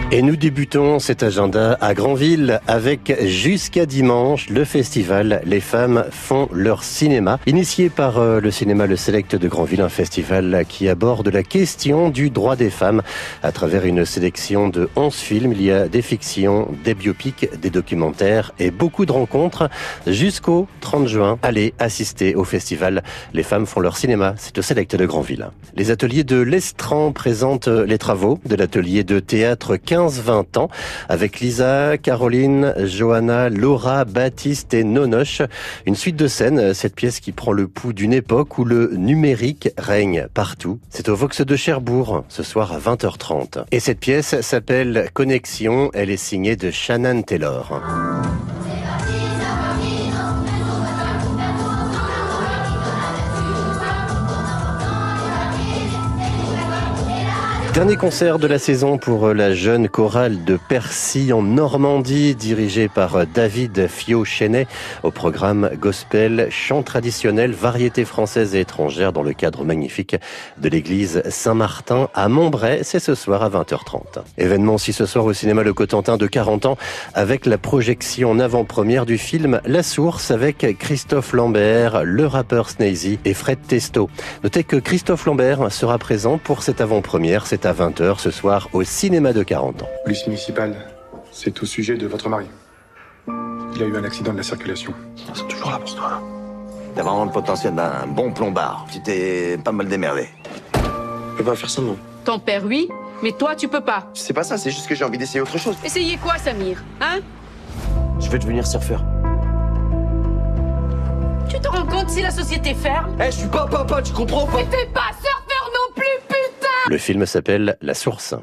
Et nous débutons cet agenda à Granville avec jusqu'à dimanche le festival Les Femmes font leur cinéma. Initié par le cinéma Le Select de Granville, un festival qui aborde la question du droit des femmes à travers une sélection de 11 films. Il y a des fictions, des biopics, des documentaires et beaucoup de rencontres jusqu'au 30 juin. Allez assister au festival Les Femmes font leur cinéma. C'est au Select de Granville. Les ateliers de l'Estran présentent les travaux de l'atelier de théâtre 15-20 ans avec Lisa, Caroline, Johanna, Laura, Baptiste et Nonoche. Une suite de scènes, cette pièce qui prend le pouls d'une époque où le numérique règne partout. C'est au Vox de Cherbourg, ce soir à 20h30. Et cette pièce s'appelle Connexion, elle est signée de Shannon Taylor. Dernier concert de la saison pour la jeune chorale de Percy en Normandie, dirigée par David Fiot-Chenet, au programme gospel, chant traditionnel, variétés françaises et étrangères dans le cadre magnifique de l'église Saint-Martin à Montbray. C'est ce soir à 20h30. Événement aussi ce soir au cinéma Le Cotentin de 40 ans avec la projection en avant-première du film La Source avec Christophe Lambert, le rappeur Sneezy et Fred Testo. Notez que Christophe Lambert sera présent pour cette avant-première. C'est à 20h ce soir au cinéma de 40 ans. Police municipale, c'est au sujet de votre mari. Il a eu un accident de la circulation. C'est toujours là pour toi. T'as vraiment le potentiel d'un bon plombard. Tu t'es pas mal démerdé. Je peux pas faire ça, non. Ton père, oui, mais toi, tu peux pas. C'est pas ça, c'est juste que j'ai envie d'essayer autre chose. Essayez quoi, Samir? Hein? Je veux devenir surfeur. Tu te rends compte si la société ferme? Je suis pas papa, tu comprends pas? Mais t'es pas surfeur non plus, putain! Le film s'appelle La Source.